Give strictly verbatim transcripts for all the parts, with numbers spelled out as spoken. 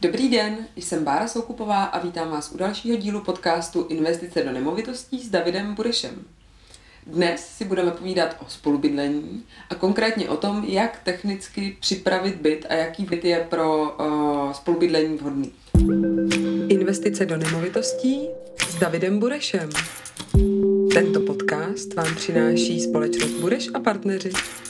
Dobrý den, jsem Bára Soukupová a vítám vás u dalšího dílu podcastu Investice do nemovitostí s Davidem Burešem. Dnes si budeme povídat o spolubydlení a konkrétně o tom, jak technicky připravit byt a jaký byt je pro uh, spolubydlení vhodný. Investice do nemovitostí s Davidem Burešem. Tento podcast vám přináší společnost Bureš a partneři.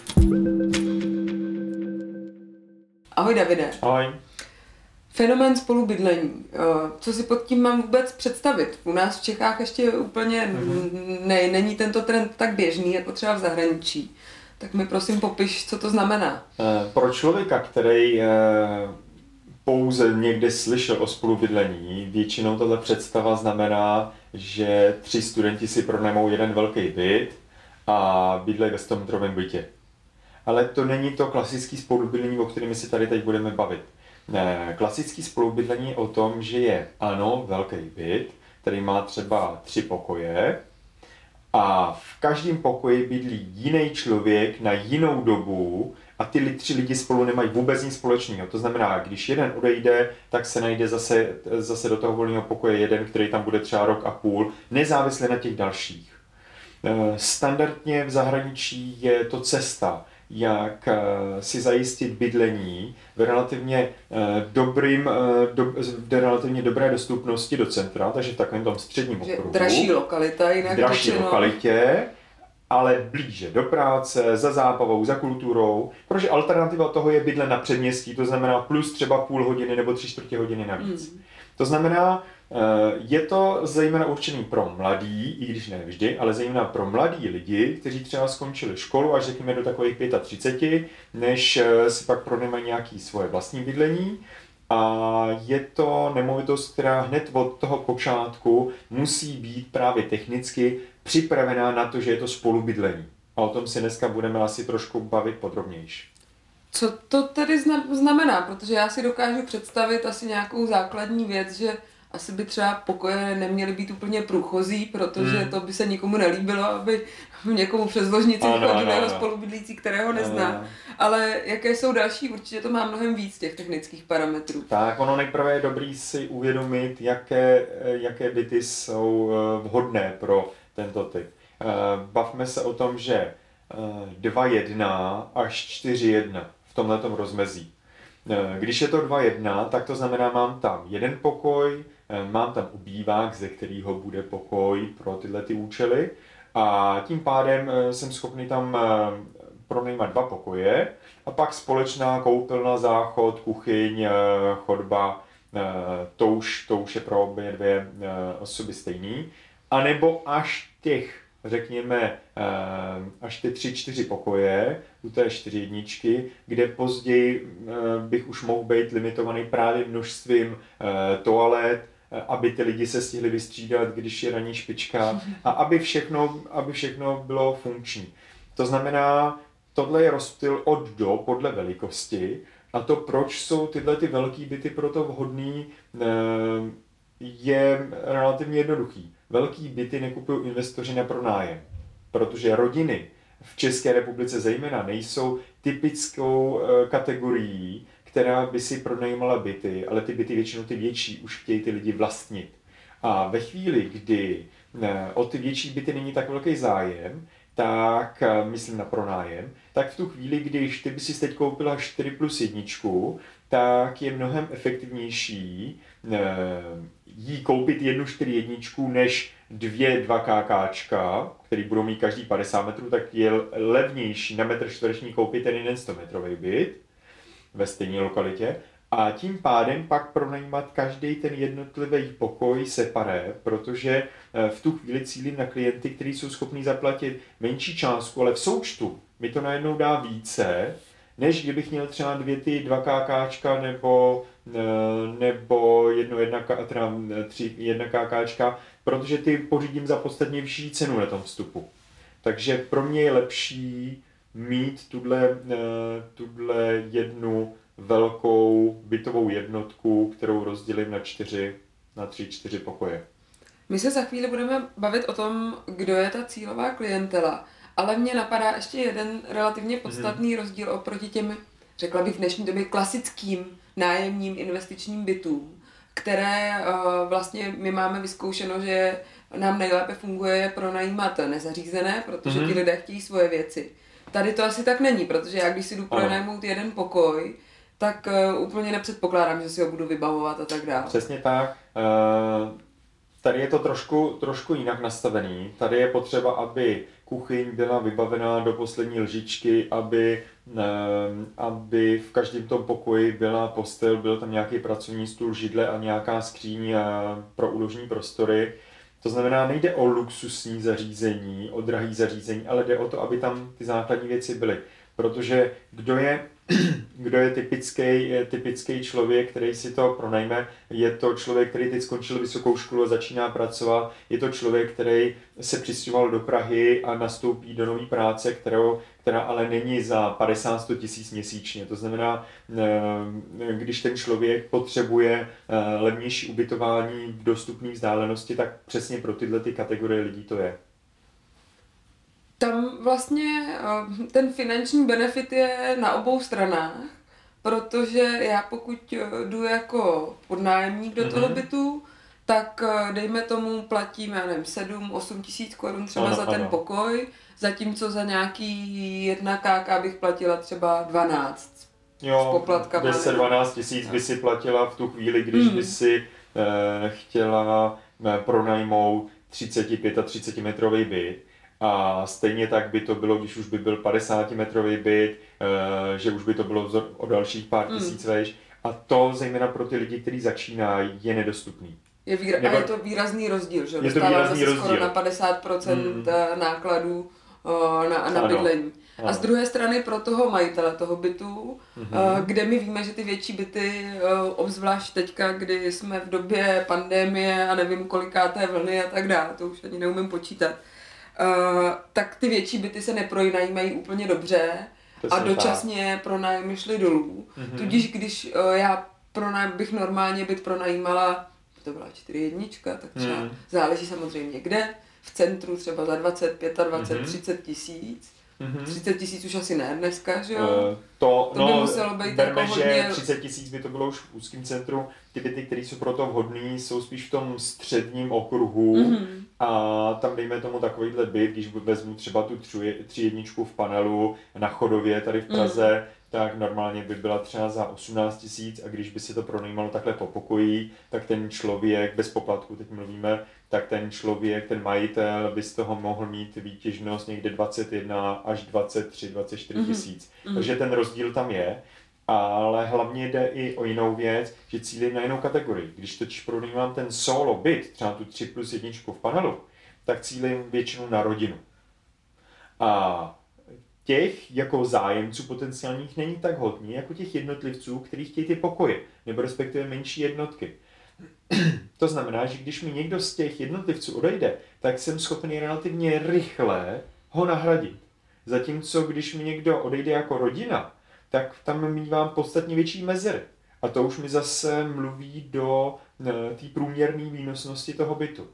Ahoj Davide. Ahoj. Fenomén spolubydlení. Co si pod tím mám vůbec představit? U nás v Čechách ještě úplně mm-hmm. ne, není tento trend tak běžný, jako třeba v zahraničí. Tak mi prosím popiš, co to znamená. Pro člověka, který pouze někde slyšel o spolubydlení, většinou tato představa znamená, že tři studenti si pronajmou jeden velký byt a bydlejí ve stometrovém bytě. Ale to není to klasické spolubydlení, o kterém si tady teď budeme bavit. Klasický spolubydlení je o tom, že je ano, velký byt, který má třeba tři pokoje a v každém pokoji bydlí jiný člověk na jinou dobu a ty tři lidi spolu nemají vůbec nic společného. To znamená, když jeden odejde, tak se najde zase, zase do toho volného pokoje jeden, který tam bude třeba rok a půl, nezávisle na těch dalších. Standardně v zahraničí je to cesta, jak si zajistit bydlení v relativně, dobrým, do, v relativně dobré dostupnosti do centra, takže v takovém tom středním okruhu. Dražší lokalita, jinak dražší řečeno. lokalitě, ale blíže do práce, za zábavou, za kulturou, protože alternativa toho je bydlet na předměstí, to znamená plus třeba půl hodiny nebo tři čtvrtě hodiny navíc. Hmm. To znamená, je to zejména určený pro mladý, i když ne vždy, ale zejména pro mladý lidi, kteří třeba skončili školu až řekněme do takových třiceti pěti, než si pak pronajmají nějaké svoje vlastní bydlení. A je to nemovitost, která hned od toho počátku musí být právě technicky připravená na to, že je to spolubydlení. A o tom si dneska budeme asi trošku bavit podrobnější. Co to tedy znamená? Protože já si dokážu představit asi nějakou základní věc, že asi by třeba pokoje neměly být úplně průchozí, protože hmm. to by se nikomu nelíbilo, aby někomu přes ložnici chodil jeho spolubydlící, kterého nezná. Ano. Ale jaké jsou další? Určitě to má mnohem víc těch technických parametrů. Tak, ono nejprve je dobrý si uvědomit, jaké, jaké byty jsou vhodné pro tento typ. Bavme se o tom, že dva jedna až čtyři jedna v tomhletom rozmezí. Když je to dva jedna, tak to znamená, mám tam jeden pokoj, mám tam obývák, ze kterého bude pokoj pro tyhle ty účely a tím pádem jsem schopný tam pronajímat dva pokoje a pak společná koupelna, záchod, kuchyň, chodba, to už, to už je pro obě dvě osoby stejný. A nebo až těch, řekněme, až ty tři, čtyři pokoje, u té čtyři jedničky, kde později bych už mohl být limitovaný právě množstvím toalet, aby ty lidi se stihli vystřídat, když je ranní špička a aby všechno, aby všechno bylo funkční. To znamená, tohle je rozptyl od do podle velikosti a to, proč jsou tyhle ty velký byty proto vhodný, je relativně jednoduchý. Velký byty nekupují investoři na pronájem, protože rodiny v České republice zejména nejsou typickou kategorií, která by si pronajímala byty, ale ty byty většinou ty větší už chtějí ty lidi vlastnit. A ve chvíli, kdy o ty větší byty není tak velký zájem, tak myslím na pronájem, tak v tu chvíli, když ty by si teď koupila čtyři plus jedničku, tak je mnohem efektivnější jí koupit jednu čtyři jedničku než dvě dva kákáčka, který budou mít každý padesát metrů, tak je levnější na metr čtvereční koupit ten jeden sto metrový byt ve stejné lokalitě a tím pádem pak pronajímat každý ten jednotlivý pokoj separé, protože v tu chvíli cílím na klienty, kteří jsou schopní zaplatit menší částku, ale v součtu mi to najednou dá více, než kdybych měl třeba dvě ty dva kákáčka nebo, nebo jedno jedna, teda tři jedna kákáčka, protože ty pořídím za podstatně vyšší cenu na tom vstupu. Takže pro mě je lepší mít tuhle, tuhle jednu velkou bytovou jednotku, kterou rozdělím na čtyři, na tři, čtyři pokoje. My se za chvíli budeme bavit o tom, kdo je ta cílová klientela, ale mně napadá ještě jeden relativně podstatný hmm. rozdíl oproti těm řekla bych v dnešní době, klasickým nájemním investičním bytům, které uh, vlastně my máme vyzkoušeno, že nám nejlépe funguje pronajímat nezařízené, protože mm-hmm. ti lidé chtějí svoje věci. Tady to asi tak není, protože já když si jdu pronajmout jeden pokoj, tak uh, úplně nepředpokládám, že si ho budu vybavovat a tak dále. Přesně tak. Uh, tady je to trošku, trošku jinak nastavený. Tady je potřeba, aby kuchyň byla vybavená do poslední lžičky, aby, uh, aby v každém tom pokoji byla postel, byl tam nějaký pracovní stůl, židle a nějaká skříň uh, pro úložní prostory. To znamená, nejde o luxusní zařízení, o drahý zařízení, ale jde o to, aby tam ty základní věci byly. Protože kdo je, kdo je typický, je typický člověk, který si to pronajme, je to člověk, který teď skončil vysokou školu a začíná pracovat, je to člověk, který se přistěhoval do Prahy a nastoupí do nové práce, kterou, která ale není za padesát až sto tisíc měsíčně. To znamená, když ten člověk potřebuje levnější ubytování v dostupné vzdálenosti, tak přesně pro tyhle ty kategorie lidí to je. Tam vlastně ten finanční benefit je na obou stranách, protože já pokud jdu jako podnájemník do toho bytu, tak dejme tomu platím, já nevím, sedm osm tisíc korun třeba ano, za ten ano. pokoj, zatímco za nějaký jedna ká bych platila třeba dvanáct. Jo, deset dvanáct tisíc by si platila v tu chvíli, když hmm. by si eh, chtěla eh, pronajmout třicet pět a třicet metrový byt. A stejně tak by to bylo, když už by byl padesátimetrový byt, že už by to bylo o dalších pár mm. tisíc vejš. A to zejména pro ty lidi, kteří začínají, je nedostupný. Je výra- Nebo... A je to výrazný rozdíl, že? Je to výrazný rozdíl. Skoro na padesát procent mm. nákladů na, na bydlení. Ano. A z druhé strany pro toho majitele toho bytu, mm-hmm. kde my víme, že ty větší byty, obzvlášť teďka, kdy jsme v době pandemie a nevím kolikáté vlny a tak dále, to už ani neumím počítat, Uh, tak ty větší byty se nepronajímají úplně dobře a dočasně pronájmy šly dolů. Mm-hmm. Tudíž když uh, já pronaj, bych normálně byt pronajímala, to byla čtyři jednička, tak třeba mm. záleží samozřejmě kde, v centru třeba za dvacet, dvacet pět, mm-hmm. třicet tisíc. Mm-hmm. třicet tisíc už asi ne dneska, že jo? Uh, to to no, by muselo být berme, jako hodně... že třicet tisíc by to bylo už v úzkém centru. Ty byty, které jsou pro to vhodné, jsou spíš v tom středním okruhu. Mm-hmm. A tam dejme tomu takovýhle byt, když vezmu třeba tu tři jedničku v panelu na Chodově tady v Praze, mm. tak normálně by byla třeba za osmnáct tisíc a když by si to pronajímalo takhle po pokoji, tak ten člověk, bez poplatku teď mluvíme, tak ten člověk, ten majitel by z toho mohl mít výtěžnost někde dvacet jedna až dvacet tři, dvacet čtyři tisíc. Mm. Takže ten rozdíl tam je. Ale hlavně jde i o jinou věc, že cílím na jinou kategorii. Když totiž pronajímám ten solo byt, třeba tu tři plus jedničku v panelu, tak cílím většinou na rodinu. A těch jako zájemců potenciálních není tak hodně, jako těch jednotlivců, kteří chtějí ty pokoje, nebo respektive menší jednotky. To znamená, že když mi někdo z těch jednotlivců odejde, tak jsem schopný relativně rychle ho nahradit. Zatímco když mi někdo odejde jako rodina, tak tam mívám podstatně větší mezery. A to už mi zase mluví do té průměrné výnosnosti toho bytu.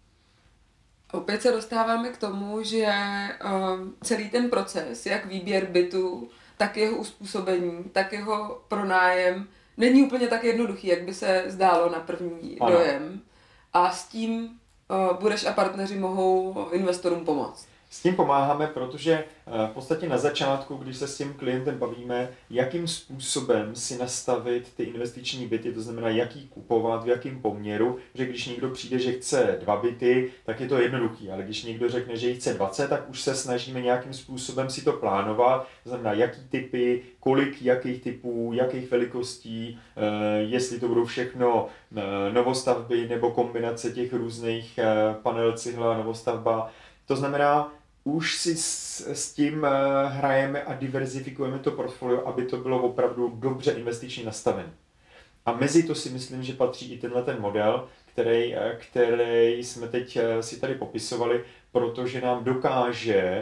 Opět se dostáváme k tomu, že um, celý ten proces, jak výběr bytu, tak jeho uspůsobení, tak jeho pronájem, není úplně tak jednoduchý, jak by se zdálo na první ano. dojem. A s tím uh, Bureš a partneři mohou investorům pomoct. S tím pomáháme, protože v podstatě na začátku, když se s tím klientem bavíme, jakým způsobem si nastavit ty investiční byty, to znamená, jaký kupovat, v jakém poměru, že když někdo přijde, že chce dva byty, tak je to jednoduchý, ale když někdo řekne, že jich chce dvacet, tak už se snažíme nějakým způsobem si to plánovat, to znamená, jaký typy, kolik jakých typů, jakých velikostí, jestli to budou všechno novostavby nebo kombinace těch různých panel, cihla, novostavba. To znamená, už si s, s tím hrajeme a diverzifikujeme to portfolio, aby to bylo opravdu dobře investičně nastavené. A mezi to si myslím, že patří i tenhle ten model, který, který jsme teď si tady popisovali, protože nám dokáže,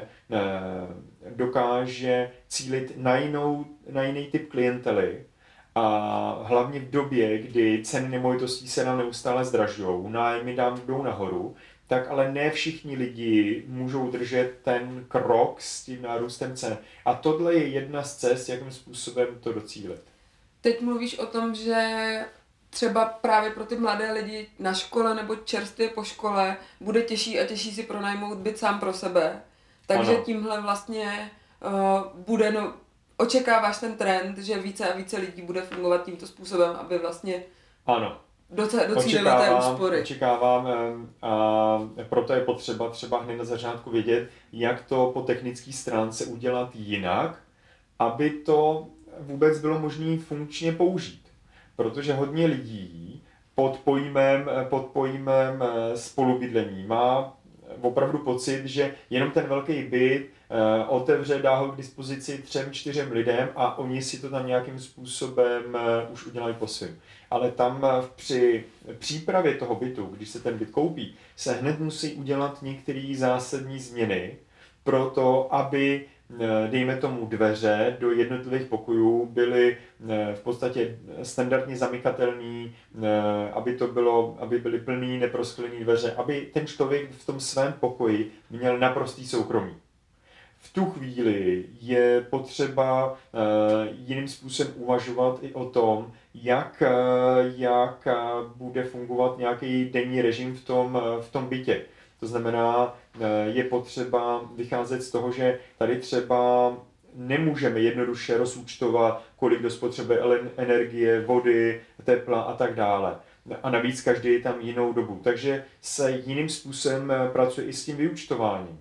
dokáže cílit na, jinou, na jiný typ klientely. A hlavně v době, kdy ceny nemovitostí se nám neustále zdražují, nájmy nám jdou nahoru, tak ale ne všichni lidi můžou držet ten krok s tím nárůstem cen. A tohle je jedna z cest, jakým způsobem to docílit. Teď mluvíš o tom, že třeba právě pro ty mladé lidi na škole nebo čerstvě po škole bude těžší a těžší si pronajmout byt sám pro sebe. Takže ano. Tímhle vlastně uh, bude, no, očekáváš ten trend, že více a více lidí bude fungovat tímto způsobem, aby vlastně ano. docílili té úspory. Očekávám a proto je potřeba třeba hned na začátku vědět, jak to po technické stránce udělat jinak, aby to vůbec bylo možné funkčně použít. Protože hodně lidí pod pojmem, pod pojmem spolubydlení má opravdu pocit, že jenom ten velký byt otevře, dá ho k dispozici třem, čtyřem lidem a oni si to tam nějakým způsobem už udělají po svým. Ale tam při přípravě toho bytu, když se ten byt koupí, se hned musí udělat některé zásadní změny pro to, aby, dejme tomu, dveře do jednotlivých pokojů byly v podstatě standardně zamykatelné, aby to bylo, aby byly plný neprosklený dveře, aby ten člověk v tom svém pokoji měl naprostý soukromí. V tu chvíli je potřeba uh, jiným způsobem uvažovat i o tom, jak, uh, jak uh, bude fungovat nějaký denní režim v tom, uh, v tom bytě. To znamená, uh, je potřeba vycházet z toho, že tady třeba nemůžeme jednoduše rozúčtovat, kolik dospotřebuje energie, vody, tepla a tak dále. A navíc každý je tam jinou dobu. Takže se jiným způsobem pracuje i s tím vyúčtováním.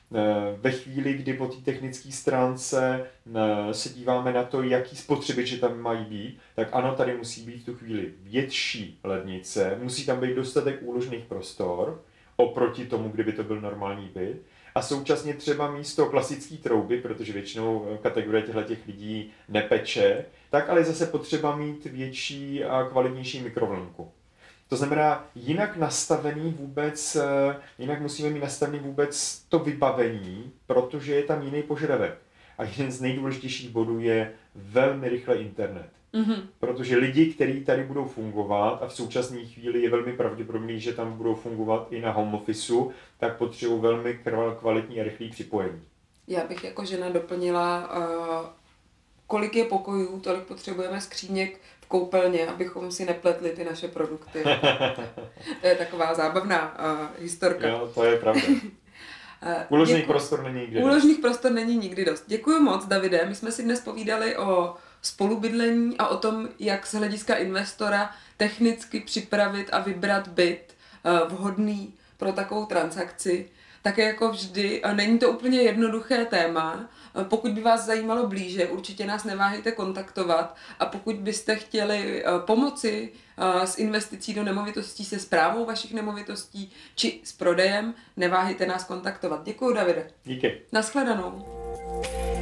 Ve chvíli, kdy po té technické stránce se díváme na to, jaký spotřebiče tam mají být, tak ano, tady musí být v tu chvíli větší lednice, musí tam být dostatek úložných prostor, oproti tomu, kdyby to byl normální byt. A současně třeba místo klasické trouby, protože většinou kategorie těchto lidí nepeče, tak ale zase potřeba mít větší a kvalitnější mikrovlnku. To znamená, jinak nastavený vůbec, jinak musíme mít nastavený vůbec to vybavení, protože je tam jiný požadavek. A jeden z nejdůležitějších bodů je velmi rychle internet. Mm-hmm. Protože lidi, kteří tady budou fungovat, a v současné chvíli je velmi pravděpodobný, že tam budou fungovat i na home officeu, tak potřebují velmi kvalitní a rychlý připojení. Já bych jako žena doplnila, uh, kolik je pokojů, tolik potřebujeme skříněk v koupelně, abychom si nepletli ty naše produkty. To je taková zábavná uh, historka. Jo, to je pravda. Úložných prostor není nikdy dost. Úložných prostor není nikdy dost. Děkuji moc, Davide. My jsme si dnes povídali o spolubydlení a o tom, jak z hlediska investora technicky připravit a vybrat byt uh, vhodný pro takovou transakci. Také jako vždy, není to úplně jednoduché téma. Pokud by vás zajímalo blíže, určitě nás neváhejte kontaktovat a pokud byste chtěli pomoci s investicí do nemovitostí, se správou vašich nemovitostí či s prodejem, neváhejte nás kontaktovat. Děkuji, Davide. Díky. Naschledanou.